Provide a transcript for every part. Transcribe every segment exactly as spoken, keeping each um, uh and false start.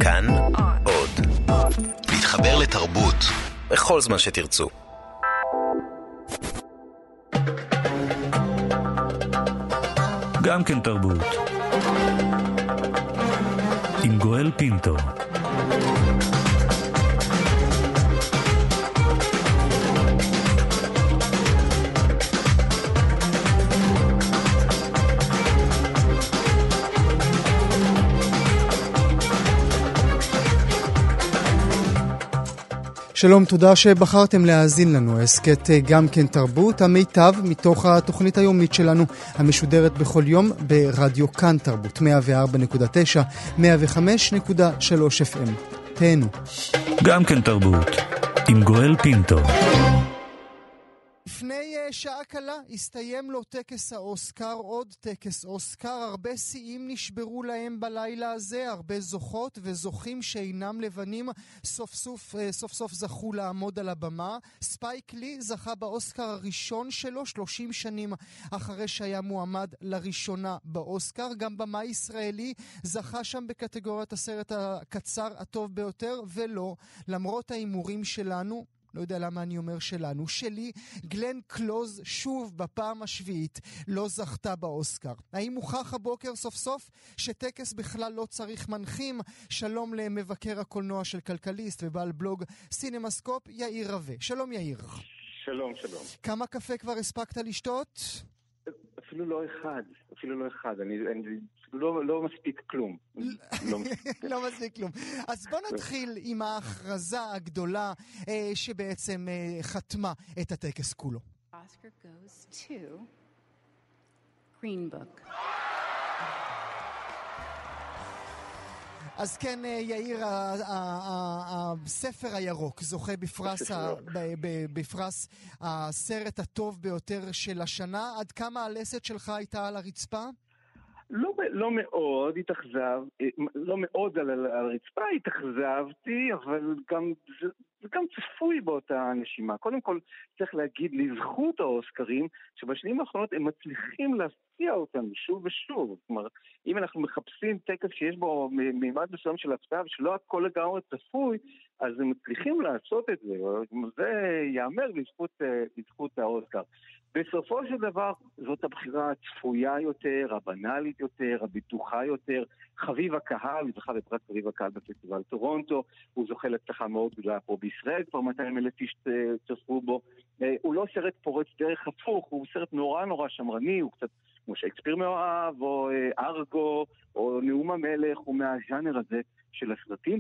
כאן עוד. להתחבר לתרבות בכל זמן שתרצו. גם כן תרבות. עם גואל פינטו. שלום, תודה שבחרתם להאזין לנו. הסקט גם כן תרבות, המיטב מתוך התוכנית היומית שלנו, המשודרת בכל יום ברדיו כאן תרבות, מאה וארבע נקודה תשע, מאה וחמש נקודה שלוש אף אם. תהנו. גם כן תרבות, עם גואל פינטו. לפני שעה קלה הסתיים לו טקס האוסקר, עוד טקס אוסקר, הרבה שיאים נשברו להם בלילה הזה, הרבה זוכות וזוכים שאינם לבנים סוף סוף, סוף סוף זכו לעמוד על הבמה. ספייק לי זכה באוסקר הראשון שלו שלושים שנים אחרי שהיה מועמד לראשונה באוסקר. גם במה ישראלי זכה שם בקטגוריית הסרט הקצר הטוב ביותר, ולא, למרות האימורים שלנו, לא יודע למה אני אומר שלנו, שלי, גלן קלוז שוב בפעם השביעית לא זכתה באוסקר. האם מוכח הבוקר סוף סוף שטקס בכלל לא צריך מנחים? שלום למבקר הקולנוע של כלכליסט ובעל בלוג סינמסקופ, יאיר רווה. שלום יאיר. שלום, שלום. כמה קפה כבר הספקת לשתות? אפילו לא אחד, אפילו לא אחד, אני, אני לא, לא מספיק כלום. לא, לא מספיק כלום. אז בוא נתחיל עם ההכרזה הגדולה אה, שבעצם אה, חתמה את הטקס כולו. Oscar goes to Green Book. אז כן, יאיר, הספר הירוק זוכה בפרס, בפרס הסרט הטוב ביותר של השנה. עד כמה הלסת שלך הייתה על הרצפה? לא, לא מאוד התאכזב, לא מאוד על, על הרצפה התאכזבתי, אבל גם, זה, זה גם צפוי באותה נשימה. קודם כל צריך להגיד לזכות האוסקרים, שבשנים האחרונות הם מצליחים להפתיע אותם שוב ושוב. כלומר, אם אנחנו מחפשים טקס שיש בו מימד מסוים של הפתעה, ושלא הכל לגמרי צפוי, אז הם מצליחים לעשות את זה. זה יאמר לזכות, לזכות האוסקר. בסופו של דבר, זאת הבחירה הצפויה יותר, הבנאלית יותר, הביטוחה יותר. חביב הקהל, הוא זכה בפרס חביב הקהל בפסטיבל טורונטו, הוא זוכה להצלחה מאוד גדולה פה בישראל, כבר מאתיים אלף איש צפו בו. הוא לא סרט פורץ דרך הפוך, הוא סרט נורא נורא שמרני, הוא קצת כמו שייקספיר מאוהב, או ארגו, או נאום המלך, הוא מהז'אנר הזה של הסרטים.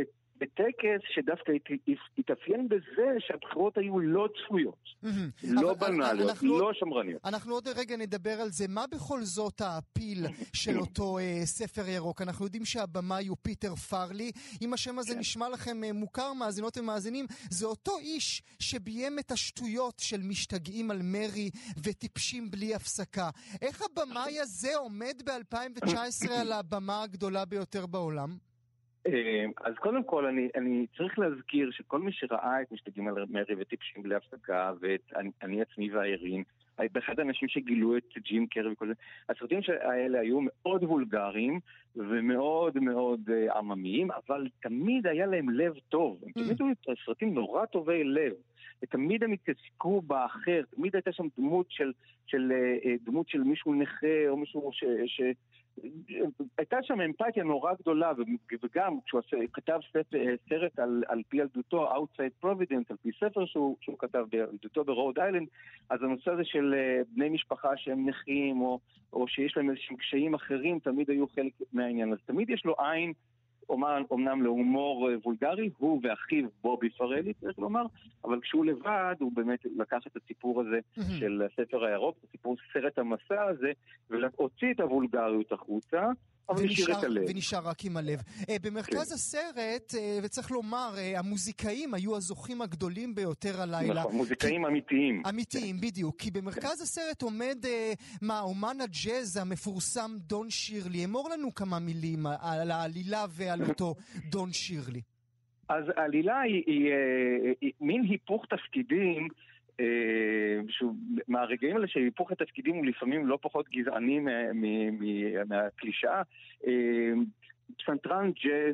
בטקס שדווקא התאפיין בזה שהבחירות היו לא צפויות, לא בנאליות, לא שמרניות. אנחנו עוד רגע נדבר על זה. מה בכל זאת הפיל של אותו ספר ירוק? אנחנו יודעים שהבמאי הוא פיטר פארלי. אם השם הזה נשמע לכם מוכר, מאזינות ומאזינים, זה אותו איש שביים את השטויות של משתגעים על מרי וטיפשים בלי הפסקה. איך הבמאי הזה עומד ב-אלפיים תשע עשרה על הבמה הגדולה ביותר בעולם? אז קודם כל אני, אני צריך להזכיר שכל מי שראה את משתגעים על מרי וטיפשים בלי הפסקה, ואת אני, אני עצמי והאירים, באחד האנשים שגילו את ג'ים קרי וכל זה, הסרטים האלה היו מאוד וולגריים ומאוד מאוד עממיים, אבל תמיד היה להם לב טוב. הם תמיד היו סרטים נורא טובי לב. ותמיד הם התעסקו באחר, תמיד הייתה שם דמות של, של, דמות של מישהו נכה או מישהו ש... ש הייתה שם אמפתיה נורא גדולה, וגם כשהוא כתב סרט על, על פי ילדותו, Outside Providence, על פי ספר שהוא, שהוא כתב בילדותו ברוד איילנד, אז הנושא הזה של בני משפחה שהם נכים, או, או שיש להם איזשהם קשיים אחרים, תמיד היו חלק מהעניין. אז תמיד יש לו עין, אומנם להומור וולגרי, הוא ואחיו בובי פרלי, צריך לומר, אבל כשהוא לבד, הוא באמת לקח את הסיפור הזה של הספר הירוק, את הסיפור סרט המסע הזה, ולהוציא את הוולגריות החוצה, אבל נשאר את הלב. ונשאר רק עם הלב. במרכז הסרט, וצריך לומר, המוזיקאים היו הזוכים הגדולים ביותר הלילה. נכון, מוזיקאים אמיתיים. אמיתיים, בדיוק. כי במרכז הסרט עומד מה, אומן הג'אז המפורסם דון שירלי. אמור לנו כמה מילים על העלילה ועל אותו דון שירלי. אז העלילה היא, היא, היא, היא מין היפוך תפקידים, מהרגעים האלה שהיפוך התפקידים הוא לפעמים לא פחות גזעני מהקלישאה. פסנתרן ג'אז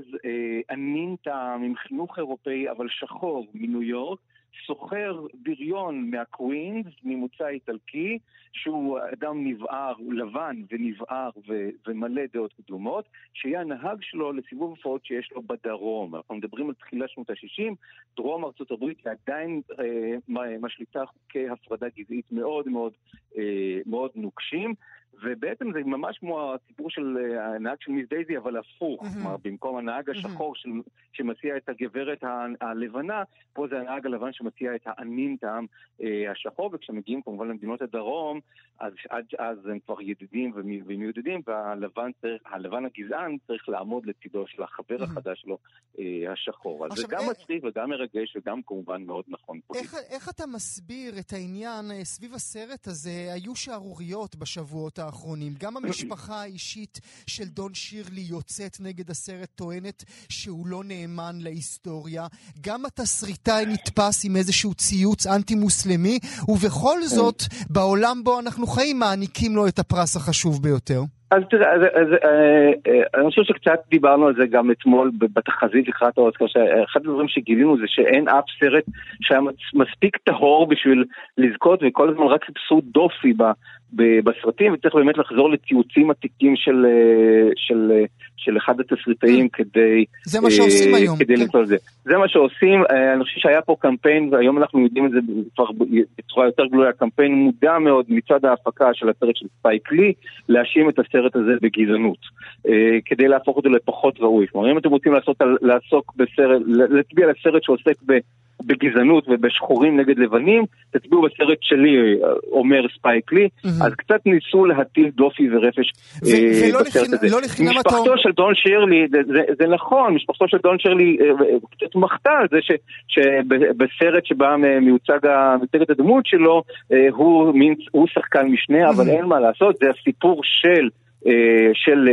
ענין טעם עם חינוך אירופאי אבל שחור מניו יורק, סוחר בריון מהקווינס, ממוצא איטלקי, שהוא אדם נבער, הוא לבן ונבער ו- ומלא דעות קדומות, שיהיה הנהג שלו לסיבוב הופעות שיש לו בדרום. אנחנו מדברים על תחילת שנות ה-שישים, דרום ארצות הברית עדיין אה, משליטה חוקי הפרדה גזעית מאוד מאוד, אה, מאוד נוקשים, ובעצם זה ממש כמו הסיפור של הנהג של מיס דייזי, אבל הפוך. Mm-hmm. כלומר, במקום הנהג השחור mm-hmm. של, שמציע את הגברת ה- הלבנה, פה זה הנהג הלבן שמציע את הענין טעם אה, השחור, וכשמגיעים כמובן למדינות הדרום, אז עד אז הם כבר ידידים ומיודדים, והלבן צריך, הלבן הגזען צריך לעמוד לצידו של החבר mm-hmm. החדש שלו, אה, השחור. אז זה גם מצחיק אה... וגם מרגש וגם כמובן מאוד נכון. איך, איך אתה מסביר את העניין סביב הסרט הזה? היו שערוריות בשבועות האחרונים. גם המשפחה האישית של דון שירלי יוצאת נגד הסרט, טוענת שהוא לא נאמן להיסטוריה. גם התסריטאי נתפס עם איזשהו ציוץ אנטי-מוסלמי, ובכל זאת, בעולם בו אנחנו חיים, מעניקים לו את הפרס החשוב ביותר. אז תראה, אז, אז, אה, אה, אני חושב שקצת דיברנו על זה גם אתמול בתחזית לקראת האוסקר, שאחד הדברים שגילינו זה שאין אף סרט שהיה מספיק טהור בשביל לזכות, וכל הזמן רק חיפשו דופי ב, ב, בסרטים, וצריך באמת לחזור לציוצים עתיקים של, של, של אחד התסריטאים כדי... זה מה שעושים אה, היום. כדי כן. זה. זה מה שעושים, אה, אני חושב שהיה פה קמפיין, והיום אנחנו יודעים את זה כבר בצורה יותר גלויה, קמפיין מודע מאוד מצד ההפקה של הסרט של ספייק לי, להאשים את הסרט הזה בגזענות, אה, כדי להפוך אותו לפחות ראוי. כלומר, אם אתם רוצים לעשות, לעסוק בסרט, להצביע לסרט שעוסק ב... בגזענות ובשחורים נגד לבנים, תצביעו בסרט שלי, אומר ספייק לי, אז קצת ניסו להטיל דופי ורפש בסרט הזה. משפחתו של דון שירלי, זה נכון, משפחתו של דון שירלי קצת מחתה על זה שבסרט שבא מיוצגת הדמות שלו, הוא שחקן משנה, אבל אין מה לעשות, זה הסיפור של של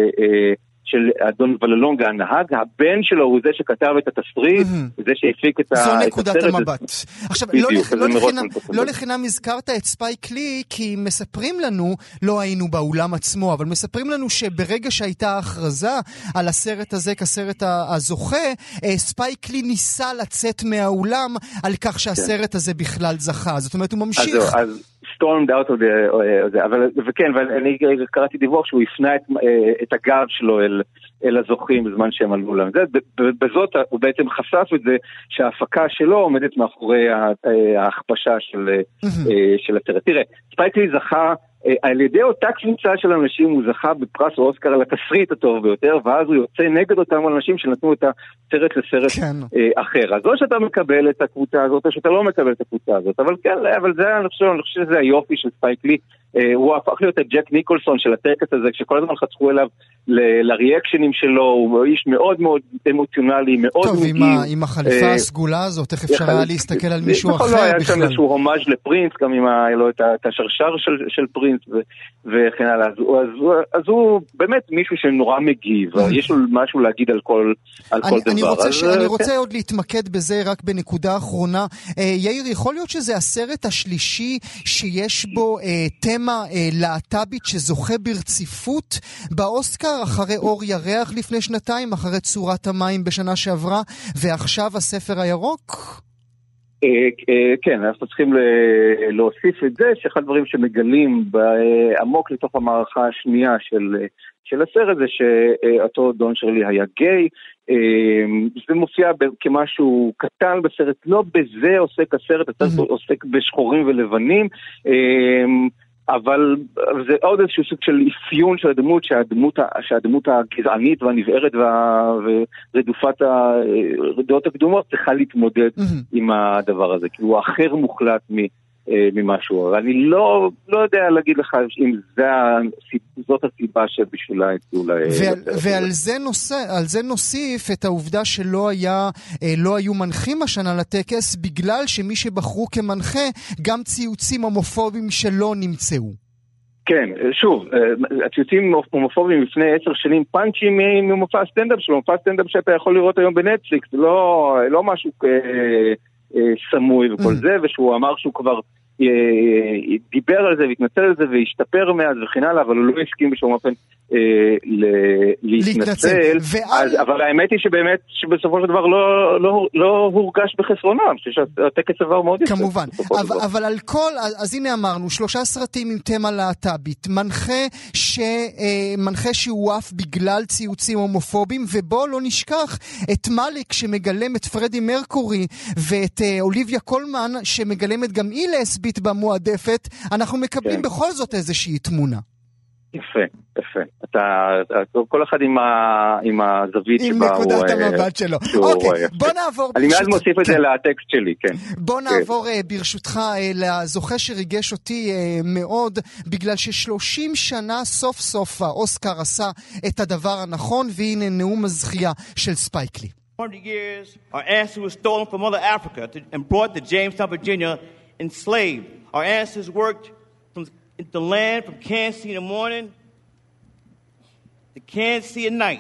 של אדון וללונגה הנהג, הבן שלו הוא זה שכתב את התסריט, זה שהפיק את הסרט. זו נקודת המבט. עכשיו, לא לחינם הזכרת את ספייק לי, כי מספרים לנו, לא היינו באולם עצמו, אבל מספרים לנו שברגע שהייתה הכרזה על הסרט הזה כסרט הזוכה, ספייק לי ניסה לצאת מהאולם על כך שהסרט הזה בכלל זכה. זאת אומרת, הוא ממשיך. אז stormed out of the, אבל, וכן, ואני קראתי דיווח שהוא הפנה את, את הגב שלו אל, אל הזוכים בזמן שהם עלו להם. בזאת הוא בעצם חשף את זה שההפקה שלו עומדת מאחורי ההכפשה של, של הסרט. תראה, ספייק לי זכה על ידי אותה קבוצה של אנשים, הוא זכה בפרס אוסקר על התסריט הטוב ביותר, ואז הוא יוצא נגד אותם אנשים שנתנו את הסרט לסרט כן. אחר. אז או שאתה מקבל את הקבוצה הזאת, או שאתה לא מקבל את הקבוצה הזאת. אבל כן, אבל זה, אני חושב, אני חושב שזה היופי של ספייק לי. הוא הפך להיות את ג'ק ניקולסון של הטקס הזה, כשכל הזמן חצחו אליו לריאקשנים שלו, הוא איש מאוד מאוד אמוציונלי, מאוד טוב, מגיב. טוב, עם החליפה הסגולה הזאת, איך אפשר היה להסתכל על מישהו אחר בכלל? היה שם איזשהו הומאז' לפרינס, גם עם את השרשר של פרינס וכן הלאה. אז הוא באמת מישהו שנורא מגיב, יש לו משהו להגיד על כל דבר. אני רוצה עוד להתמקד בזה רק בנקודה האחרונה. יאיר, יכול להיות שזה הסרט השלישי שיש בו תמה להט"בית שזוכה ברציפות באוסקר, אחרי אור ירח לפני שנתיים, אחרי צורת המים בשנה שעברה, ועכשיו הספר הירוק? כן, אנחנו צריכים להוסיף את זה, שאחד הדברים שמגלים עמוק לתוך המערכה השנייה של הסרט זה שאותו דון שירלי היה גיי. זה מופיע כמשהו קטן בסרט, לא בזה עוסק הסרט, הסרט עוסק בשחורים ולבנים, אבל זה עוד איזשהו סוג של אפיון של הדמות, שהדמות, שהדמות הגזענית והנבערת ורדופת הדעות הקדומות צריכה להתמודד עם הדבר הזה, כי הוא אחר מוחלט ממשהו. אני לא, לא יודע להגיד לך אם זה, זאת הסיבה שבשבילה הציעו לה... ועל זה נושא, על זה נוסיף את העובדה שלא היה, לא היו מנחים השנה לטקס, בגלל שמי שבחרו כמנחה, גם ציוצים הומופובים שלא נמצאו. כן, שוב, הציוצים הומופובים לפני עשר שנים פאנצ'ים ממופע הסטנדאפ שלו, מופע הסטנדאפ שאתה יכול לראות היום בנטפליקס, לא, לא משהו סמוי וכל זה, ושהוא אמר שהוא כבר דיבר על זה והתנצל על זה והשתפר מאז וכן הלאה, אבל הוא לא הסכים בשום אופן להתנצל. אבל האמת היא שבאמת שבסופו של דבר לא הורגש בחסרונה. אני חושב שהטקס עבר מאוד יפה. כמובן. אבל על כל, אז הנה אמרנו, שלושה סרטים עם תמה להט"בית, מנחה שהוא עף בגלל ציוצים הומופובים, ובו לא נשכח את מליק שמגלם את פרדי מרקורי, ואת אוליביה קולמן שמגלמת גם היא לסבית במועדפת. אנחנו מקבלים בכל זאת איזושהי תמונה. יפה, יפה. אתה, כל אחד עם, ה, עם הזווית עם שבה הוא... עם נקודת המבט שלו. אוקיי, בוא נעבור... אני מיד מוסיף את זה לטקסט שלי, כן. בוא נעבור ברשותך לזוכה שריגש אותי מאוד, בגלל ששלושים שנה סוף סוף האוסקר עשה את הדבר הנכון, והנה נאום הזכייה של ספייק לי. one hundred years, our ancestors were stolen from Mother Africa to, and brought to Jamestown, Virginia, enslaved. Our ancestors worked from the land from Kansas City in the morning to Kansas City at night.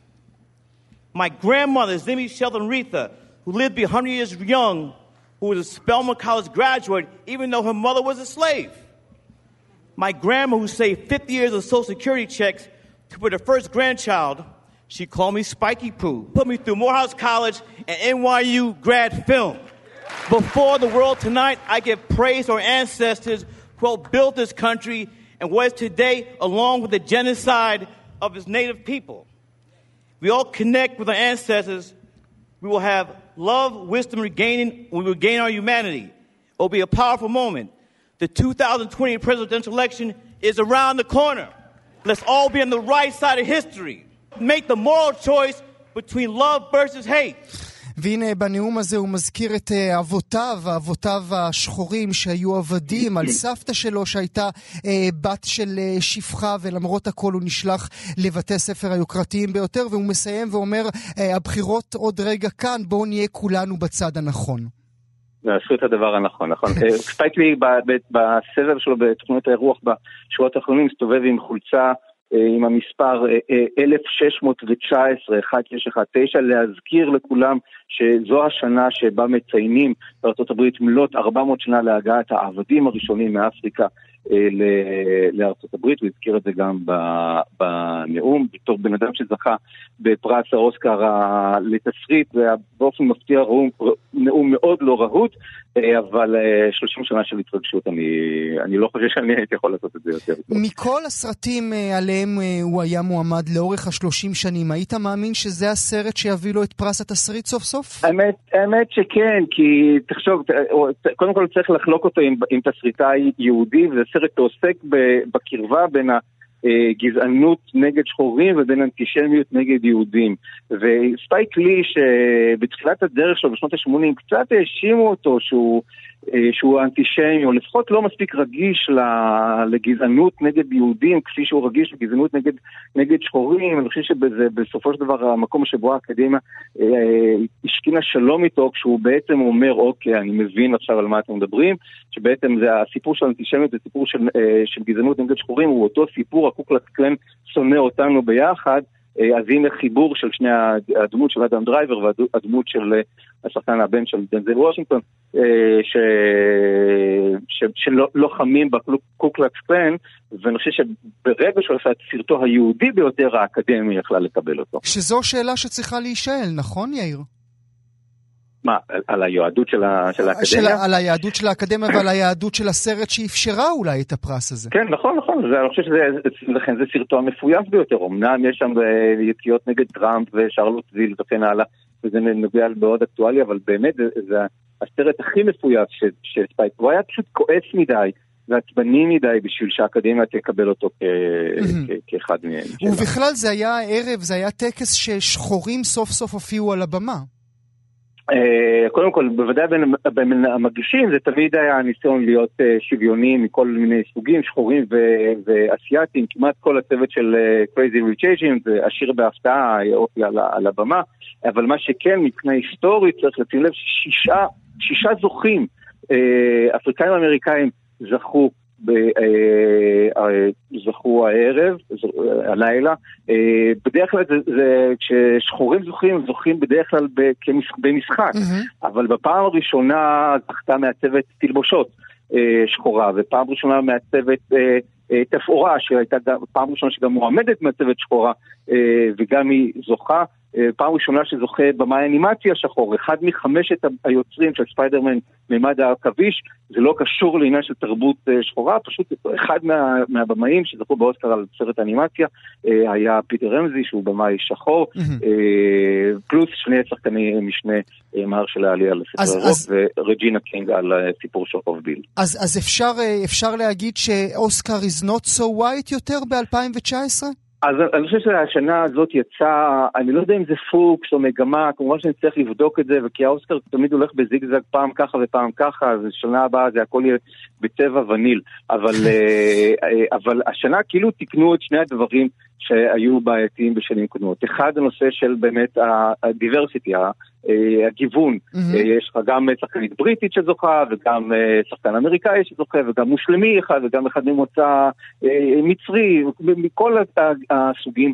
My grandmother, Zimmy Shelton Retha, who lived to be one hundred years young, who was a Spelman College graduate, even though her mother was a slave. My grandma, who saved fifty years of Social Security checks for the first grandchild, she called me Spiky Poo. Put me through Morehouse College and N Y U grad film. Before the world tonight, I give praise to our ancestors who built this country and what is today, along with the genocide of its native people. We all connect with our ancestors. We will have love, wisdom, regaining. We will gain our humanity. It will be a powerful moment. The two thousand twenty presidential election is around the corner. Let's all be on the right side of history. Make the moral choice between love versus hate. והנה בנאום הזה הוא מזכיר את אבותיו, אבותיו השחורים שהיו עבדים, על סבתא שלו שהייתה אה, בת של אה, שפחה, ולמרות הכל הוא נשלח לבתי ספר היוקרתיים ביותר, והוא מסיים ואומר, אה, הבחירות עוד רגע כאן, בואו נהיה כולנו בצד הנכון. עשו את הדבר הנכון, נכון. ספייק לי בסבב שלו בתוכניות האירוח בשבועות האחרונים, מסתובב עם חולצה עם המספר אלף שש מאות תשע עשרה, אחת שש אחת תשע, להזכיר לכולם שזו השנה שבה מציינים בארצות הברית מלאת ארבע מאות שנה להגעת העבדים הראשונים מאפריקה לארצות הברית, הוא הזכיר את זה גם בנאום, בתור בן אדם שזכה בפרס האוסקר לתסריט, ובאופן מפתיע נאום מאוד לא רהוט, אבל שלושים שנה של התרגשות, אני, אני לא חושב שאני הייתי יכול לעשות את זה יותר. מכל הסרטים עליהם הוא היה מועמד לאורך השלושים שנים, היית מאמין שזה הסרט שיביא לו את פרס התסריט סוף סוף? האמת, האמת שכן, כי תחשוב, קודם כל צריך לחלוק אותו עם, עם תסריטאי יהודי, וזה סרט שעוסק בקרבה בין הגזענות נגד שחורים ובין אנטישמיות נגד יהודים. וספייק לי שבתחילת הדרך שלו בשנות ה-שמונים קצת האשימו אותו שהוא, שהוא אנטישמי, או לפחות לא מספיק רגיש לגזענות נגד יהודים כפי שהוא רגיש לגזענות נגד, נגד שחורים. אני חושב שבסופו של דבר המקום שבו האקדמיה השכינה שלום איתו, כשהוא בעצם אומר, אוקיי, אני מבין עכשיו על מה אתם מדברים, שבעצם זה הסיפור של אנטישמיות, זה סיפור של, של גזענות נגד שחורים, הוא אותו סיפור, הקוקלקס קלן שונא אותנו ביחד. אז הנה חיבור של שני הדמות של אדם דרייבר והדמות של השחקן הבן של דנזל וושינגטון, שלא חמים בקוקלקס קלן, ואני חושב שברגע שהוא עשה את סרטו היהודי ביותר, האקדמיה יכלה לקבל אותו. שזו שאלה שצריכה להישאל, נכון יאיר? מה, על היהדות של האקדמיה? של, על היהדות של האקדמיה ועל היהדות של הסרט שאפשרה אולי את הפרס הזה. כן, נכון, נכון. זה, אני חושב שלכן זה סרטו המפויף ביותר. אמנם יש שם יציאות נגד טראמפ ושרלוט ויל וכן הלאה, וזה נוגע מאוד אקטואלי, אבל באמת זה, זה הסרט הכי מפויף של ספייק. הוא היה פשוט כועס מדי ועצבני מדי בשביל שהאקדמיה תקבל אותו כאחד מהם. ובכלל זה היה ערב, זה היה טקס ששחורים סוף סוף הופיעו על הבמה. קודם כל, בוודאי בין, בין המגישים, זה תמיד היה ניסיון להיות שוויוני מכל מיני סוגים, שחורים ואסייתים, כמעט כל הצוות של Crazy Rich Asians, זה עשיר בהפתעה, אופי על, על הבמה, אבל מה שכן, מבחינה היסטורית, צריך לשים לב, שישה, שישה זוכים, אפריקאים אמריקאים זכו, זכו הערב, הלילה. בדרך כלל זה, זה, כששחורים זוכים, זוכים בדרך כלל במשחק, אבל בפעם הראשונה זכתה מעצבת תלבושות, שחורה, ופעם ראשונה מעצבת תפאורה, שהייתה פעם ראשונה שגם מועמדת מעצבת שחורה, וגם היא זוכה, פעם ראשונה שזוכה במאי אנימציה שחור, אחד מחמשת היוצרים של ספיידרמן מימד העכביש, זה לא קשור לעניין של תרבות שחורה, פשוט אחד מה, מהבמאים שזכו באוסקר על סרט אנימציה, היה פיטר רמזי, שהוא במאי שחור, mm-hmm. פלוס שני שחקני משנה, מהר של העלייה לספר רוק, אז... ורג'ינה קינג על סיפור של אוף ביל. אז, אז אפשר, אפשר להגיד שאוסקר is not so white יותר ב-אלפיים תשע עשרה? אז אני חושב שהשנה הזאת יצאה, אני לא יודע אם זה פוקס או מגמה, כמובן שאני צריך לבדוק את זה, וכי האוסקר תמיד הולך בזיגזג פעם ככה ופעם ככה, אז שנה הבאה זה הכל יהיה בצבע וניל, אבל, אבל השנה כאילו תקנו את שני הדברים שהיו בעייתיים בשנים קודמות. אחד, הנושא של באמת הדיברסיטי, הגיוון. יש לך גם שחקנית בריטית שזוכה, וגם שחקן אמריקאי שזוכה, וגם מושלמי אחד, וגם אחד ממוצא מצרי, מכל הסוגים,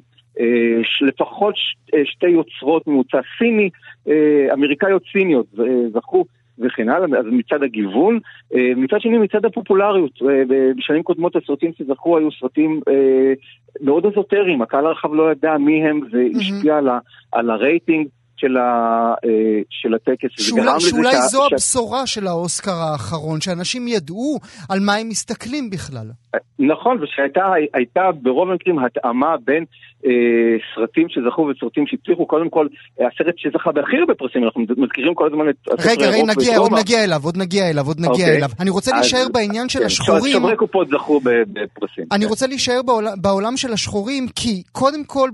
לפחות שתי יוצרות ממוצא סיני, אמריקאיות סיניות זכו, וכן הלאה, אז מצד הגיוון, מצד שני מצד הפופולריות, בשנים קודמות הסרטים שזכו היו סרטים מאוד אזוטריים, הקהל הרחב לא ידע מי הם, זה השפיע על הרייטינג של, ה, של הטקס. שאולי, שאולי ש... זו הבשורה של האוסקר האחרון, שאנשים ידעו על מה הם מסתכלים בכלל. נכון, ושהייתה הייתה ברוב המקרים התאמה בין אה, סרטים שזכו וסרטים שהצליחו. קודם כל, הסרט שזכה בהכי הרבה פרסים, אנחנו מזכירים כל הזמן את... רגע, רגע, נגיע, עוד נגיע אליו, עוד נגיע אליו, עוד נגיע אליו. אני רוצה להישאר בעניין של השחורים. שוברי קופות זכו בפרסים. אני רוצה להישאר בעולם של השחורים, כי קודם כל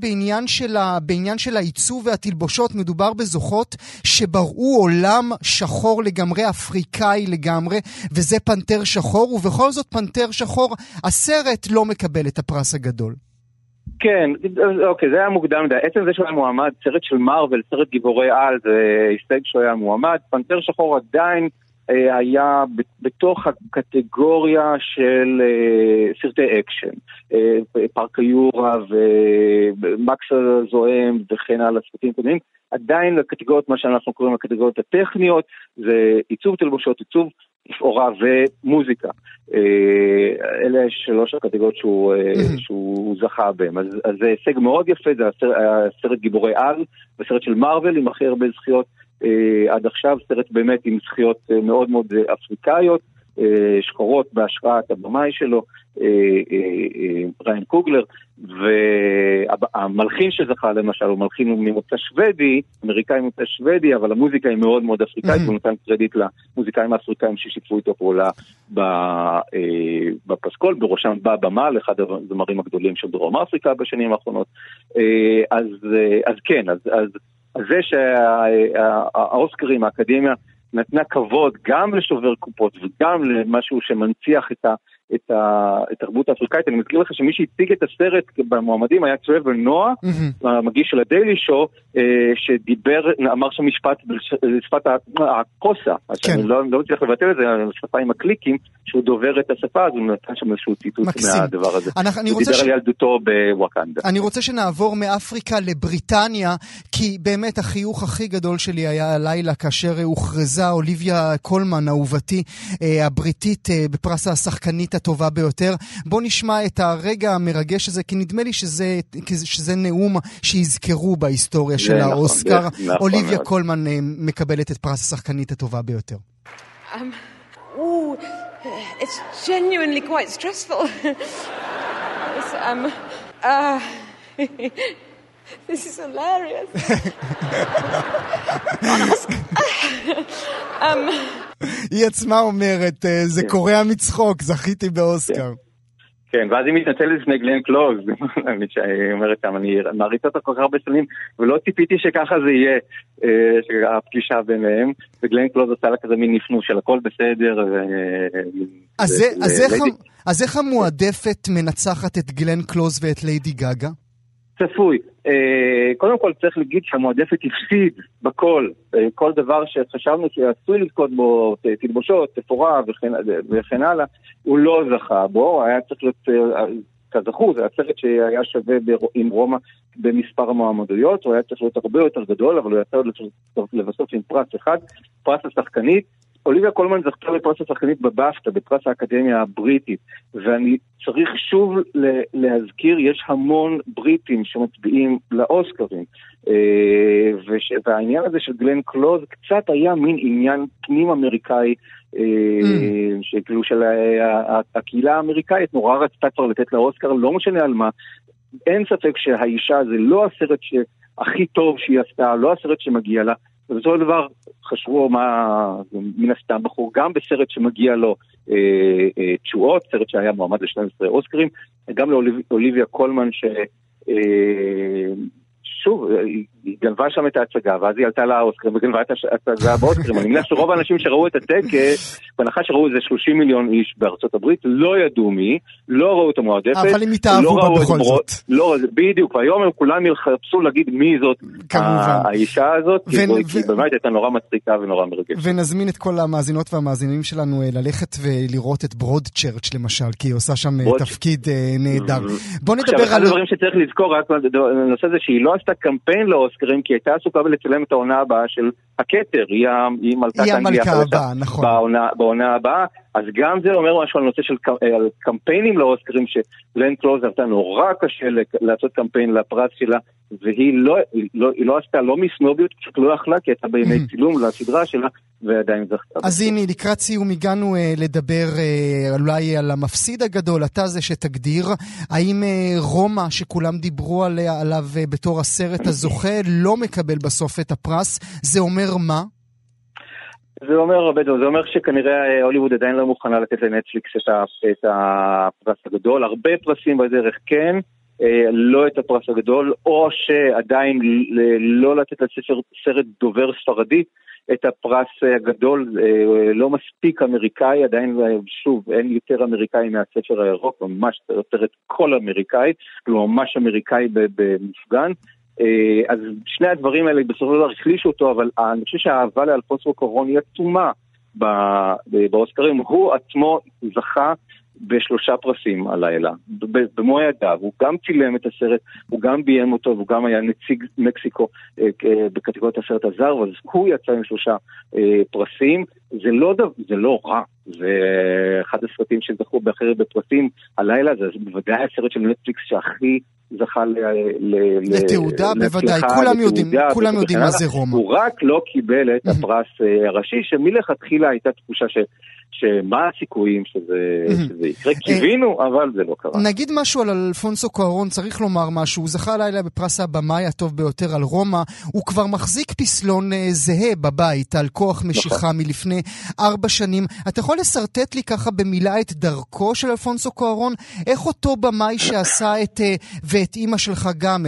בעניין של העיצוב והתלבושות מדובר בזוכות שבראו עולם שחור לגמרי, אפריקאי לגמרי, וזה פנתר שחור, ובכל זאת פנתר שחור, הסרט לא מקבל את הפרס הגדול. כן, אוקיי, זה היה מוקדם די. עצם זה שהוא היה מועמד, סרט של מרוול, סרט גיבורי על, זה הישג שהוא היה מועמד. פנתר שחור עדיין היה בתוך הקטגוריה של סרטי אקשן. פארק היורה ומקס הזוהם וכן הלאה סרטים קודמים. עדיין לקטגוריות, מה שאנחנו קוראים לקטגוריות הטכניות, זה עיצוב תלבושות, עיצוב תפאורה ומוזיקה. אלה שלוש הקטגוריות שהוא, שהוא זכה בהם. אז, אז זה הישג מאוד יפה, זה הסרט, הסרט גיבורי על, בסרט של מרוול עם הכי הרבה זכיות עד עכשיו, סרט באמת עם זכיות מאוד מאוד אפריקאיות, שחורות בהשראת הבמאי שלו, ריין קוגלר, והמלחין שזכה למשל הוא מלחין ממוצא שוודי, אמריקאי ממוצא שוודי, אבל המוזיקה היא מאוד מאוד אפריקאית, הוא נותן קרדיט למוזיקאים האפריקאים ששיתפו איתו פעולה בפסקול, בראשם בבמה, לאחד הזמרים הגדולים של דרום אפריקה בשנים האחרונות. אז, אז כן, אז, אז, אז זה שהאוסקרים, האקדמיה, נתנה כבוד גם לשובר קופות וגם למשהו שמנציח את ה... את התרבות האפריקאית. אני מזכיר לך שמי שהציג את הסרט במועמדים היה טרוור נואה, המגיש של הדיילי שואו, שדיבר, אמר שם משפט בשפת הקוסה, אני לא מצליח לבטל את זה, השפה עם הקליקים, שהוא דובר את השפה, אז הוא נתן שם איזשהו ציטוט מהדבר הזה. הוא דיבר על ילדותו בוואקנדה. אני רוצה שנעבור מאפריקה לבריטניה, כי באמת החיוך הכי גדול שלי היה הלילה, כאשר הוכרזה אוליביה קולמן, אהובתי, הבריטית, בפרס השחקנית הטובה ביותר. בוא נשמע את הרגע המרגש הזה, כי נדמה לי שזה, שזה נאום שיזכרו בהיסטוריה של נכון, האוסקר. נכון, אוליביה נכון. קולמן מקבלת את פרס השחקנית הטובה ביותר. Um, ooh, it's genuinely quite stressful. It's, um, uh, this is hilarious. um, היא עצמה אומרת, זה קורע מצחוק, זכיתי באוסקר. כן, ואז היא מתנצלת לפני גלן קלוז, היא אומרת שם, אני מעריץ אותה כל כך הרבה שנים, ולא ציפיתי שככה זה יהיה, הפגישה ביניהם, וגלן קלוז עושה לה כזה מין נפנוף של הכל בסדר. אז איך המועדפת מנצחת את גלן קלוז ואת ליידי גגה? צפוי. קודם כל צריך להגיד שהמועדפת הפסיד בכל, כל דבר שחשבנו שעשוי לזכות בו, תלבושות, תפאורה וכן הלאה, הוא לא זכה בו, היה צריך להיות כזכו, זה היה סרט שהיה שווה עם רומא במספר המועמדויות, הוא היה צריך להיות הרבה יותר גדול, אבל הוא יצא לבסוף עם פרס אחד, פרס השחקנית, אוליביה קולמן זכתה בפרס השחקנית בבאפטה, בפרס האקדמיה הבריטית, ואני צריך שוב להזכיר, יש המון בריטים שמצביעים לאוסקרים, והעניין הזה של גלן קלוז קצת היה מין עניין פנים אמריקאי, שכאילו של הקהילה האמריקאית נורא רצתה כבר לתת לאוסקר, לא משנה על מה, אין ספק שהאישה זה לא הסרט הכי טוב שהיא עשתה, לא הסרט שמגיע לה, ובסופו של דבר חשבו מה מן הסתם בחור, גם בסרט שמגיע לו אה, אה, תשואות, סרט שהיה מועמד ל-שנים עשר אוסקרים, גם לאוליביה קולמן ש... אה, שוב, היא גנבה שם את ההצגה, ואז היא עלתה לאוסקרים וגנבה את ההצגה באוסקרים. אני מניח שרוב האנשים שראו את הטקס, בהנחה שראו איזה שלושים מיליון איש בארצות הברית, לא ידעו מי, לא ראו את המועדפת. אבל הם התאהבו בה בכל זאת. לא, בדיוק, היום הם כולם ילחפשו להגיד מי זאת האישה הזאת, כי באמת הייתה נורא מצחיקה ונורא מרגשת. ונזמין את כל המאזינות והמאזינים שלנו ללכת ולראות את ברודצ'רץ' למשל, כי היא עושה שם תפקיד נהדר. בוא נדבר על... אחד הדברים שצריך לזכור, רק בנושא זה שהיא לא עשתה קמפיין לאוסקרים, כי הייתה עסוקה בלצלם את העונה הבאה של הקטר, היא, היא מלכת אנגליה הבאה, נכון. בעונה, בעונה הבאה, אז גם זה אומר משהו על נושא של על קמפיינים לאוסקרים, שלן קלוז עבדה נורא קשה לעשות קמפיין לפרס שלה, והיא לא, לא, היא לא עשתה לא מסנוביות, פשוט לא יכלה, כי הייתה בימי צילום לסדרה שלה, ועדיין זכתה. אז הנה, לקראת סיום הגענו uh, לדבר uh, אולי על המפסיד הגדול, אתה זה שתגדיר, האם uh, רומא שכולם דיברו עליה, עליו uh, בתור הסרט הזוכה, לא מקבל בסוף את הפרס, זה אומר מה? זה אומר הרבה דברים, זה אומר שכנראה הוליווד עדיין לא מוכנה לתת לנטפליקס את, ה, את הפרס הגדול, הרבה פרסים בדרך כן, לא את הפרס הגדול, או שעדיין לא לתת לספר סרט דובר ספרדית, את הפרס הגדול, לא מספיק אמריקאי, עדיין שוב, אין יותר אמריקאי מהספר הירוק, ממש סרט כל אמריקאי, כלומר ממש אמריקאי במפגן, אז שני הדברים האלה בסופו של דבר החלישו אותו, אבל אני חושב שהאהבה לאלפונסו קוארון היא עצומה באוסקרים, הוא עצמו זכה בשלושה פרסים הלילה, במו ידיו, הוא גם צילם את הסרט, הוא גם ביים אותו, והוא גם היה נציג מקסיקו בקטגוריית הסרט הזר, אז הוא יצא עם שלושה פרסים, זה לא, זה לא רע, זה אחד הסרטים שזכו באחרת בפרסים הלילה, זה בוודאי הסרט של נטפליקס שהכי זכה לתעודה, בוודאי, כולם יודעים, כולם יודעים מה זה רומא. הוא רק לא קיבל את הפרס הראשי, שמלכתחילה הייתה תחושה ש... שמה הסיכויים שזה, שזה יקרה, קיווינו, אבל זה לא קרה. נגיד משהו על אלפונסו קוארון, צריך לומר משהו, הוא זכה לילה בפרס הבמאי הטוב ביותר על רומא, הוא כבר מחזיק פסלון זהה בבית על כוח משיכה מלפני ארבע שנים. אתה יכול לסרטט לי ככה במילה את דרכו של אלפונסו קוארון? איך אותו במאי שעשה את, ואת אמא שלך גם,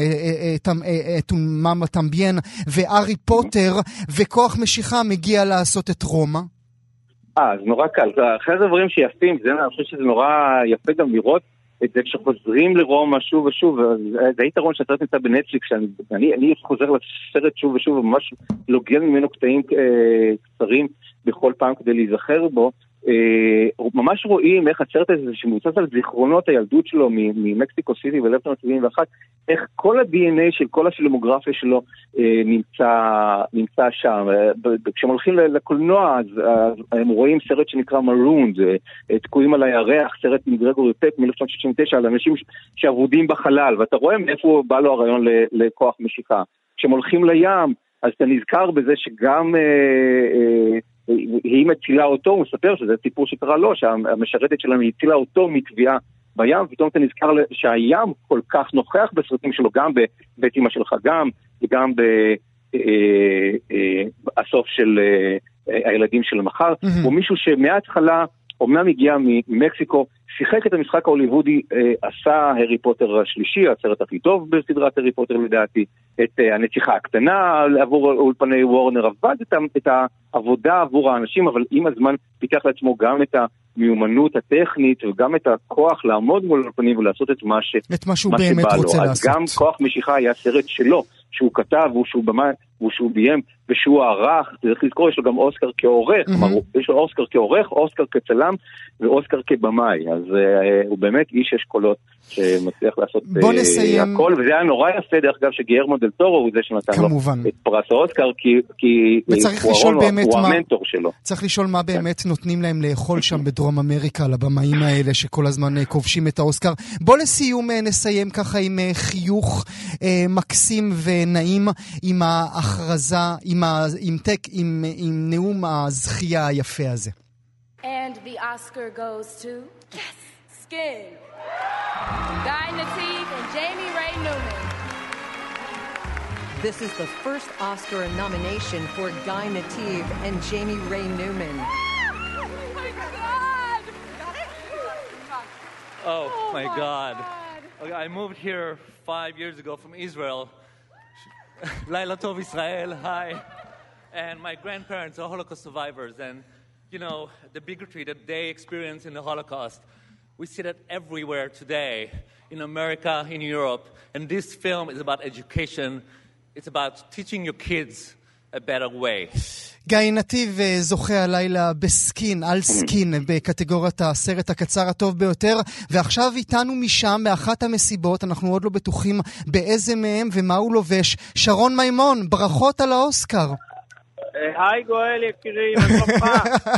את מאמה טמביין וארי פוטר, וכוח משיכה מגיע לעשות את רומא? אה, זה נורא קל. אחרי הדברים שיפים, זה, אני חושב שזה נורא יפה גם לראות את זה כשחוזרים לרומא שוב ושוב, זה היתרון שהסרט נמצא בנטפליקס, שאני אני חוזר לסרט שוב ושוב, וממש לוגל ממנו קטעים אה, קצרים בכל פעם כדי להיזכר בו, אה, ממש רואים איך הסרט הזה שמבוסס על זיכרונות הילדות שלו ממקסיקו סיטי ב-אלף תשע מאות שבעים ואחת, איך כל ה-די אן איי של כל הפילמוגרפיה שלו אה, נמצא, נמצא שם. אה, כשהם הולכים לקולנוע, אז, אז הם רואים סרט שנקרא מרונד, אה, תקועים על הירח, סרט מגרגורי פק מ-אלף תשע מאות שישים ותשע, על אנשים שעבודים בחלל, ואתה רואה מאיפה בא לו הרעיון לכוח משיכה. כשהם הולכים לים, אז אתה נזכר בזה שגם... אה, אה, היא מצילה אותו, הוא מספר שזה סיפור שקרה לו, שהמשרתת שלנו הצילה אותו מתביעה בים, ופתאום אתה נזכר שהים כל כך נוכח בסרטים שלו, גם בבית אמא שלך גם, וגם בסוף של הילדים של המחר, הוא מישהו שמההתחלה, אומנם הגיע ממקסיקו, שיחק את המשחק ההוליוודי, עשה הארי פוטר השלישי, הסרט הכי טוב בסדרת הארי פוטר לדעתי, את הנציחה הקטנה עבור אולפני וורנר, עבד את העבודה עבור האנשים, אבל עם הזמן פיתח לעצמו גם את המיומנות הטכנית, וגם את הכוח לעמוד מול אולפנים ולעשות את מה שהוא באמת רוצה לעשות. אז גם כוח משיכה היה סרט שלו, שהוא כתב, שהוא במה, שהוא ביים, ושהוא ערך, צריך לזכור, יש לו גם אוסקר כעורך, mm-hmm. כלומר, יש לו אוסקר כעורך, אוסקר כצלם, ואוסקר כבמאי, אז uh, הוא באמת איש אשכולות שמצליח לעשות בוא נסיים... uh, הכל, וזה היה נורא יפה, דרך אגב, שגיירמו דל טורו הוא זה שנתן כמובן. לו את פרס האוסקר, כי, כי הוא, הוא מה... המנטור שלו. צריך לשאול מה באמת נותנים להם לאכול שם בדרום אמריקה, לבמאים האלה שכל הזמן כובשים את האוסקר. בוא לסיום נסיים ככה עם חיוך אה, מקסים ונעים, עם ההכרזה, עם, ה... עם, טק, עם, עם נאום הזכייה היפה הזה. And the Oscar goes to yes, Skin, Guy Nativ and Jamie Ray Newman. This is the first Oscar nomination for Guy Nativ and Jamie Ray Newman. Oh my God! Oh, oh my God. God. I moved here five years ago from Israel. Laila Tov Israel, hi. And my grandparents are Holocaust survivors, and you know, the bigotry that they experienced in the Holocaust, we see that everywhere today, in America, in Europe, and this film is about education, it's about teaching your kids a better way. גיא נתיב זוכה הלילה בסקין, על סקין, בקטגוריית הסרט הקצר הטוב ביותר, ועכשיו איתנו משם, באחת המסיבות, אנחנו עוד לא בטוחים באיזה מהם ומה הוא לובש. שרון מימון, ברכות על האוסקר. היי גואל יקירי, מה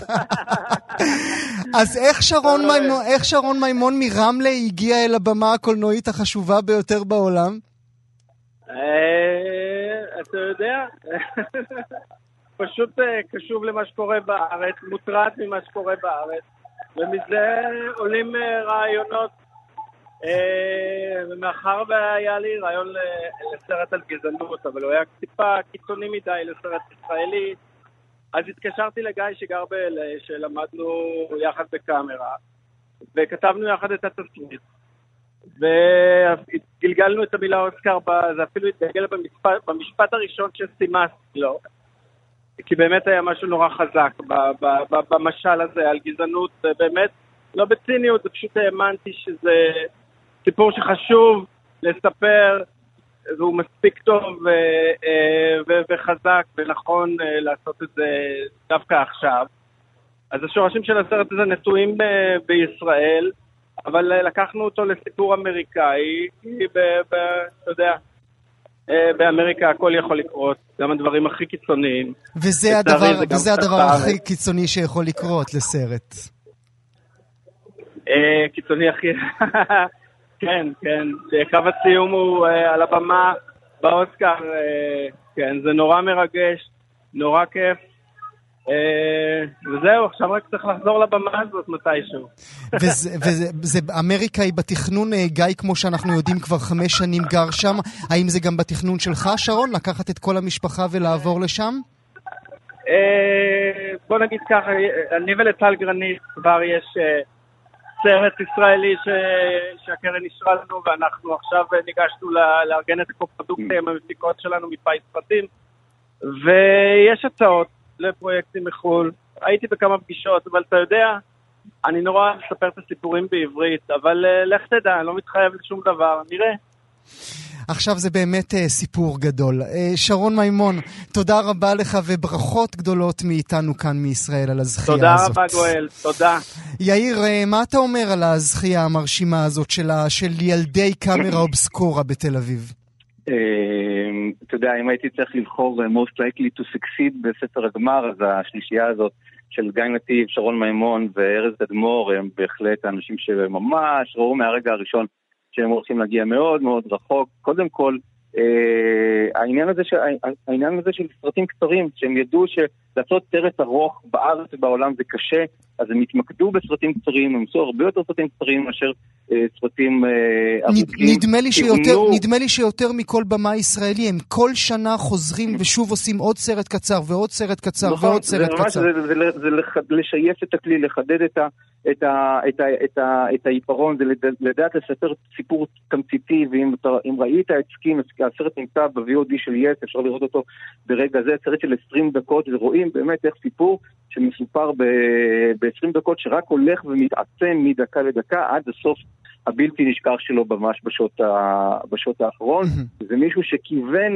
אז איך שרון מימון, איך שרון מימון מרמלה הגיע אל הבמה הקולנועית החשובה ביותר בעולם? אתה יודע, פשוט קשוב למה שקורה בארץ, מוטרד ממה שקורה בארץ, ומזה עולים רעיונות, ומאחר והיה לי רעיון לסרט על גזענות, אבל הוא היה טיפה קיצוני מדי לסרט ישראלי, אז התקשרתי לגיא שגר ב-אל איי, שלמדנו יחד בקאמרה, וכתבנו יחד את התסריט, והתגלגלנו את המילה אוסקר, זה אפילו התגלגל במשפט, במשפט הראשון שסימסתי לו, כי באמת היה משהו נורא חזק במשל הזה על גזענות, באמת לא בציניות, זה פשוט האמנתי שזה סיפור שחשוב לספר, והוא מספיק טוב וחזק ונכון לעשות את זה דווקא עכשיו. אז השורשים של הסרט הזה נטועים בישראל, אבל לקחנו אותו לסיפור אמריקאי, כי אתה יודע, באמריקה הכל יכול לקרות, גם הדברים הכי קיצוניים. וזה הדבר, וזה הדבר הכי קיצוני שיכול לקרות לסרט. קיצוני הכי... כן, כן. קו הסיום הוא על הבמה באוסקר. כן, זה נורא מרגש, נורא כיף. וזהו, עכשיו רק צריך לחזור לבמה הזאת מתישהו. וזה, אמריקה היא בתכנון, גיא, כמו שאנחנו יודעים כבר חמש שנים גר שם, האם זה גם בתכנון שלך, שרון, לקחת את כל המשפחה ולעבור לשם? בוא נגיד ככה, אני ולטל גרנית כבר יש סרט ישראלי שהקרן אישרה לנו, ואנחנו עכשיו ניגשנו לארגן את הקופרדוקציה עם המפיקות שלנו מפייס פרטים, ויש הצעות לפרויקטים מחול. הייתי בכמה פגישות, אבל אתה יודע, אני נורא לספר את הסיפורים בעברית, אבל לך תדע, אני לא מתחייב לשום דבר, נראה. עכשיו זה באמת uh, סיפור גדול. Uh, שרון מימון, תודה רבה לך וברכות גדולות מאיתנו כאן מישראל על הזכייה תודה הזאת. תודה רבה גואל, תודה. יאיר, uh, מה אתה אומר על הזכייה המרשימה הזאת של, ה, של ילדי קאמרה אובסקורה בתל אביב? אתה יודע, אם הייתי צריך לבחור most likely to succeed בספר הגמר, אז השלישייה הזאת של גיא נתיב, שרון מימון וארז תדמור הם בהחלט האנשים שממש ראו מהרגע הראשון שהם הולכים להגיע מאוד מאוד רחוק. קודם כל, אה, העניין הזה, ש... העניין הזה של סרטים קצרים, שהם ידעו שלעשות סרט ארוך בארץ ובעולם זה קשה, אז הם התמקדו בסרטים קצרים, הם עשו הרבה יותר סרטים קצרים מאשר אה, סרטים אה, ארוכים. נדמה לי שיותר, נדמה לי שיותר מכל במה ישראלי, הם כל שנה חוזרים ושוב עושים עוד סרט קצר ועוד סרט קצר נכון, ועוד סרט זה קצר. זה, זה, זה, זה לשייף את הכלי, לחדד את ה... את ה, את ה, את ה, את העיפרון, זה לדעת לספר סיפור תמציתי, ואם אתה, אם ראית את סקין, הסרט נמצא ב-וי או די של יס, אפשר לראות אותו ברגע זה, סרט של עשרים דקות, ורואים באמת איך סיפור שמסופר ב-עשרים דקות, שרק הולך ומתעצם מדקה לדקה, עד הסוף הבלתי נשכח שלו ממש בשעות, ה, בשעות האחרון. זה מישהו שכיוון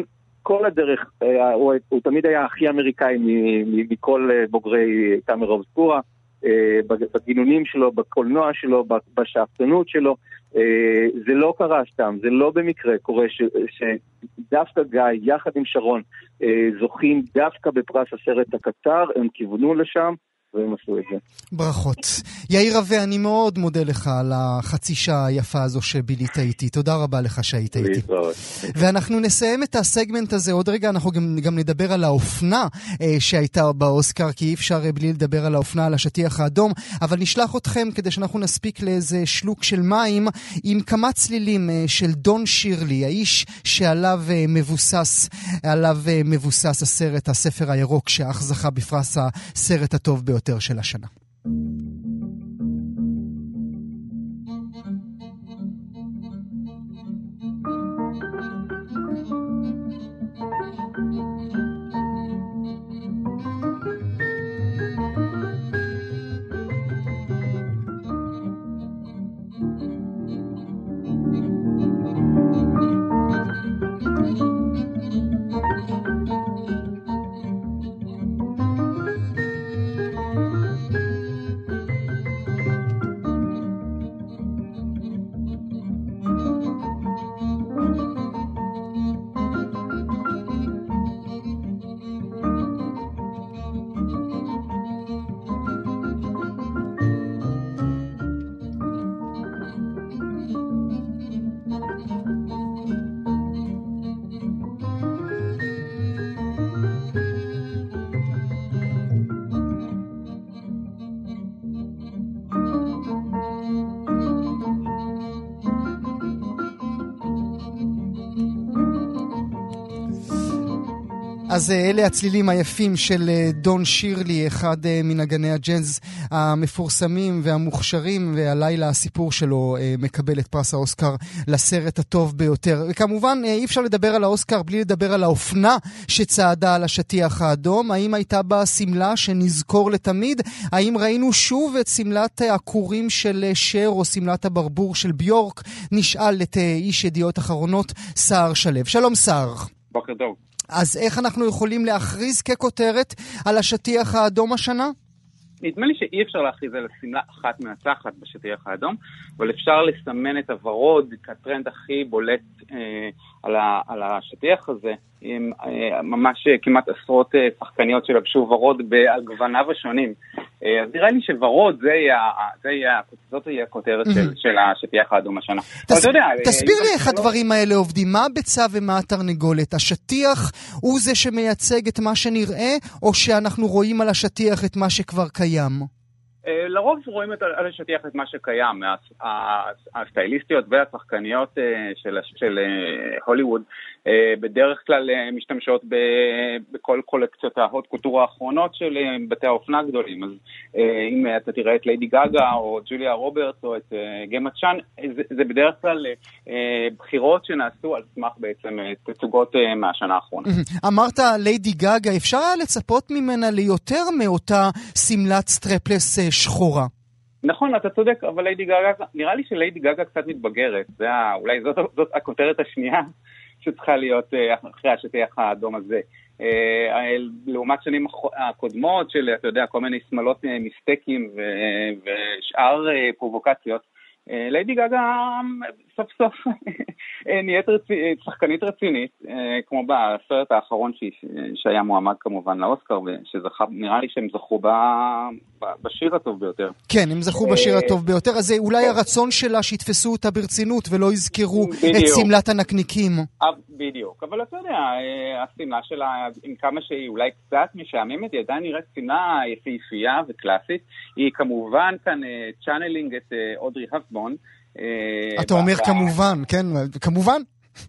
כל הדרך, הוא, הוא תמיד היה הכי אמריקאי מכל בוגרי קאמרה אובסקורה, בגינונים שלו, בקולנוע שלו, בשאפתנות שלו. זה לא קרה סתם, זה לא במקרה קורה ש, שדווקא גיא יחד עם שרון זוכים דווקא בפרס הסרט הקצר, הם כיוונו לשם והם עשו את זה. ברכות. יאיר רווה, אני מאוד מודה לך על החצי שעה היפה הזו שבילית איתי. תודה רבה לך שהיית איתי. ואנחנו נסיים את הסגמנט הזה עוד רגע, אנחנו גם, גם נדבר על האופנה אה, שהייתה באוסקר, כי אי אפשר בלי לדבר על האופנה, על השטיח האדום, אבל נשלח אתכם כדי שאנחנו נספיק לאיזה שלוק של מים עם כמה צלילים אה, של דון שירלי, האיש שעליו אה, מבוסס, עליו אה, מבוסס הסרט, הספר הירוק, שאך זכה בפרס הסרט הטוב ביותר של השנה. אז אלה הצלילים היפים של דון שירלי, אחד מנגני הג'אז המפורסמים והמוכשרים, והלילה הסיפור שלו מקבל את פרס האוסקר לסרט הטוב ביותר. וכמובן אי אפשר לדבר על האוסקר בלי לדבר על האופנה שצעדה על השטיח האדום. האם הייתה בה סמלה שנזכור לתמיד? האם ראינו שוב את סמלת הכורים של שר או סמלת הברבור של ביורק? נשאל את איש ידיעות אחרונות סער שלו. שלום סער. בוקר טוב. אז איך אנחנו יכולים להכריז ככותרת על השטיח האדום השנה? נדמה לי שאי אפשר להכריז על סמלה אחת מנצחת בשטיח האדום, אבל אפשר לסמן את הוורוד כטרנד הכי בולט אה, על, ה, על השטיח הזה, עם אה, ממש כמעט עשרות אה, שחקניות שלבשו ורוד בגווניו השונים. אה, אז נראה לי שוורוד זה יהיה, זה יהיה, זאת יהיה הכותרת של, של השטיח האדום השנה. תס, יודע, תסביר לי איך הדברים האלה עובדים, מה הביצה ומה התרנגולת? השטיח הוא זה שמייצג את מה שנראה, או שאנחנו רואים על השטיח את מה שכבר קיים? לרוב רואים על השטיח את מה שקיים. הסטייליסטיות והשחקניות של, של הוליווד בדרך כלל משתמשות בכל קולקציות ההוט קוטור האחרונות של בתי האופנה הגדולים. אז אם אתה תראה את ליידי גאגה או ג'וליה רוברטס או את גמה צ'אן, זה, זה בדרך כלל בחירות שנעשו על סמך בעצם תצוגות מהשנה האחרונה. אמרת ליידי גאגה, אפשר לצפות ממנה ליותר מאותה סמלת סטרפלס שחורה. נכון, אתה צודק, אבל ליידי גאגה, נראה לי שליידי גאגה קצת מתבגרת. זה, אולי זאת, זאת הכותרת השנייה שצריכה להיות אחרי השטיח האדום הזה. לעומת שנים הקודמות של, אתה יודע, כל מיני שמלות מסטקים ושאר פרובוקציות, ליידי גאגה סוף סוף נהיית שחקנית רצינית, כמו בסרט האחרון שהיה מועמד כמובן לאוסקר, ונראה לי שהם זכו בשיר הטוב ביותר. כן, הם זכו בשיר הטוב ביותר, אז זה אולי הרצון שלה שיתפסו אותה ברצינות ולא יזכרו את סמלת הנקניקים. בדיוק, אבל אתה יודע, הסמלה שלה, עם כמה שהיא אולי קצת משעממת, היא עדיין נראית סמלה יפהפייה וקלאסית. היא כמובן כאן צ'אנלינג את אודרי הפבון. אתה אומר כמובן, כן, כמובן?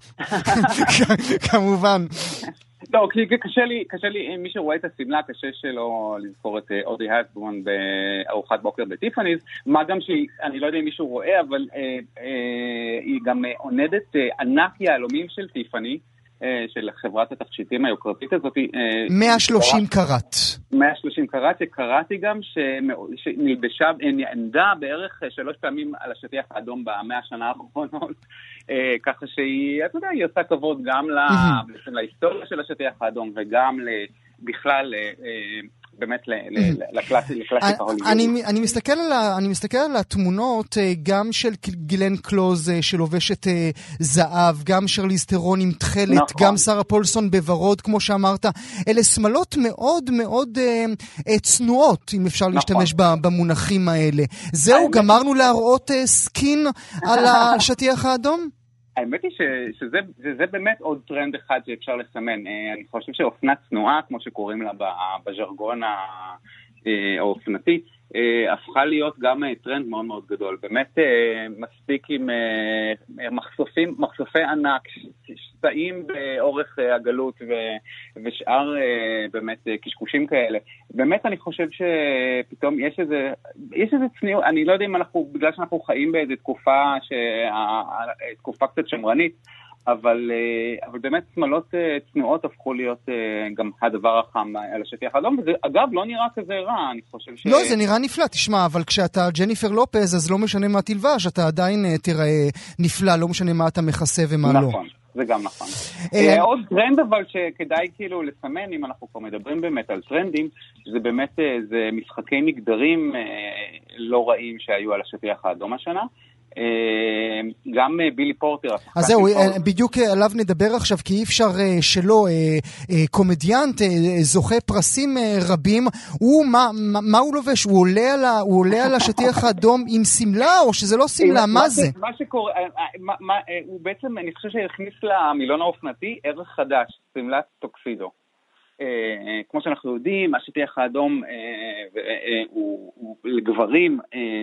כמובן. לא, כי קשה לי, קשה לי, מי שרואה את הסמלה, קשה שלא לזכור את אודרי הפבון בארוחת בוקר בטיפאניז, מה גם שאני לא יודע אם מישהו רואה, אבל היא גם עונדת ענק יהלומים של טיפאני, של חברת התכשיטים היוקרתית הזאת. מאה ושלושים קראט. מאה ושלושים קראט, שקראתי גם שנלבשה, נענדה בערך שלוש פעמים על השטיח האדום במאה השנה האחרונות, ככה שהיא, אתה יודע, היא עושה כבוד גם להיסטוריה של השטיח האדום וגם בכלל באמת לקלאסיקה הוליוודית. אני מסתכל על אני מסתכל על התמונות גם של גילן קלוז שלובשת זהב, גם שרליז תרון עם תכלת, גם שרה פולסון בוורוד כמו שאמרת. אלה סמלות מאוד מאוד צנועות, אם אפשר להשתמש במונחים האלה. זהו, גמרנו להראות סקין על השטיח האדום? האמת היא שזה, שזה באמת עוד טרנד אחד שאפשר לסמן. אני חושב שאופנה צנועה, כמו שקוראים לה בז'רגון האופנתי, הפכה להיות גם טרנד מאוד מאוד גדול. באמת מספיק עם מחשופים, מחשופי ענק, שסעים באורך הגלות ושאר באמת קשקושים כאלה. באמת אני חושב שפתאום יש איזה, יש איזה צניעות, אני לא יודע אם אנחנו, בגלל שאנחנו חיים באיזו תקופה, תקופה קצת שמרנית, אבל, אבל באמת שמלות צנועות הפכו להיות גם הדבר החם על השטיח האדום, וזה אגב לא נראה כזה רע, אני חושב ש... לא, זה נראה נפלא, תשמע, אבל כשאתה ג'ניפר לופז, אז לא משנה מה תלבש, אתה עדיין תראה נפלא, לא משנה מה אתה מכסה ומה לא. נכון, זה גם נכון. עוד טרנד אבל שכדאי כאילו לסמן, אם אנחנו פה מדברים באמת על טרנדים, זה באמת זה משחקי מגדרים לא רעים שהיו על השטיח האדום השנה, גם בילי פורטר. אז זהו, בדיוק עליו נדבר עכשיו, כי אי אפשר שלא, קומדיאנט, זוכה פרסים רבים, הוא, מה הוא לובש? הוא עולה על השטיח האדום עם סמלה, או שזה לא סמלה? מה זה? מה שקורה, הוא בעצם, אני חושב שהכניס למילון האופנתי ערך חדש, סמלת טוקסידו. כמו שאנחנו יודעים, השטיח האדום הוא לגברים,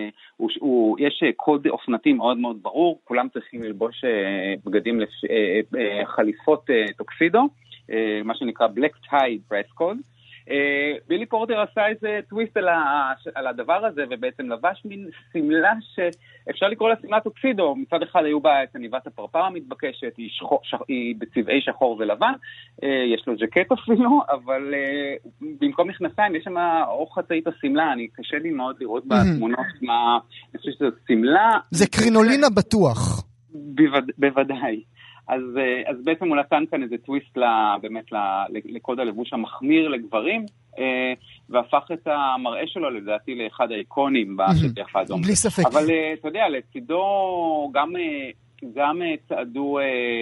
יש קוד אופנתי מאוד מאוד ברור, כולם צריכים ללבוש בגדים, חליפות טוקסידו, מה שנקרא Black Tie Dress Code. בילי פורטר עשה איזה טוויסט על הדבר הזה, ובעצם לבש מין סמלה שאפשר לקרוא לה סמלת טוקסידו. מצד אחד היו בה את עניבת הפרפר המתבקשת, היא, שחור, שח, היא בצבעי שחור ולבן, יש לו ג'קט אפילו, אבל במקום מכנסיים יש שם אור חצאית הסמלה. אני קשה לי מאוד לראות בתמונות מה, אני חושב שזו סמלה. זה קרינולינה בטוח. בוודאי. אז, אז בעצם הוא נתן כאן איזה טוויסט באמת לקוד הלבוש המחמיר לגברים, והפך את המראה שלו לדעתי לאחד האיקונים בשטיח האדום. בלי ספק. אבל אתה יודע, לצידו גם, גם צעדו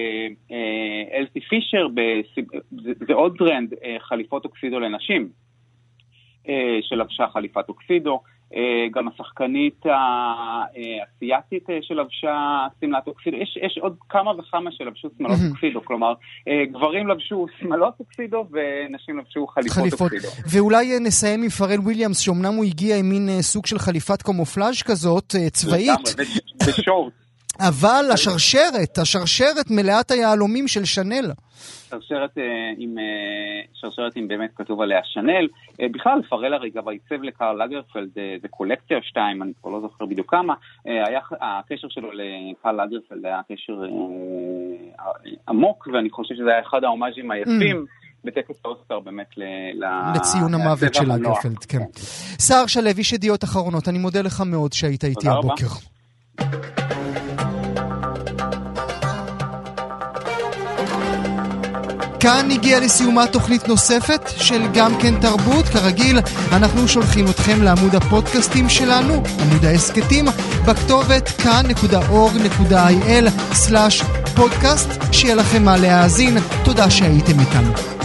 אלסי פישר, זה עוד טרנד, חליפות טוקסידו לנשים, שלבשה חליפת טוקסידו, גם השחקנית האסייתית שלבשה סמלת טוקסידו, יש, יש עוד כמה וכמה שלבשו סמלות טוקסידו, כלומר, גברים לבשו סמלות טוקסידו ונשים לבשו חליפות, חליפות. טוקסידו. ואולי נסיים עם פרל וויליאמס, שאומנם הוא הגיע עם מין סוג של חליפת קומופלאז' כזאת, צבאית. בשורט. אבל השרשרת, השרשרת מלאת היהלומים של שנל. שרשרת עם, שרשרת עם באמת כתוב עליה שנל. בכלל, פרל הרי גם עיצב לקרל לגרפלד, זה קולקציה שתיים, אני כבר לא זוכר בדיוק כמה. היה, הקשר שלו לקרל לגרפלד היה קשר עמוק, ואני חושב שזה היה אחד האומאז'ים היפים. בטקס האוסקר באמת לציון המוות של לגרפלד, כן. סער שלו, איש ידיעות אחרונות, אני מודה לך מאוד שהיית איתי הבוקר. כאן הגיעה לסיומה תוכנית נוספת של גם כן תרבות. כרגיל, אנחנו שולחים אתכם לעמוד הפודקאסטים שלנו, עמוד העסקתים, בכתובת כאן נקודה אורג נקודה איי אל סלאש פודקאסט. שיהיה לכם מה להאזין. תודה שהייתם איתנו.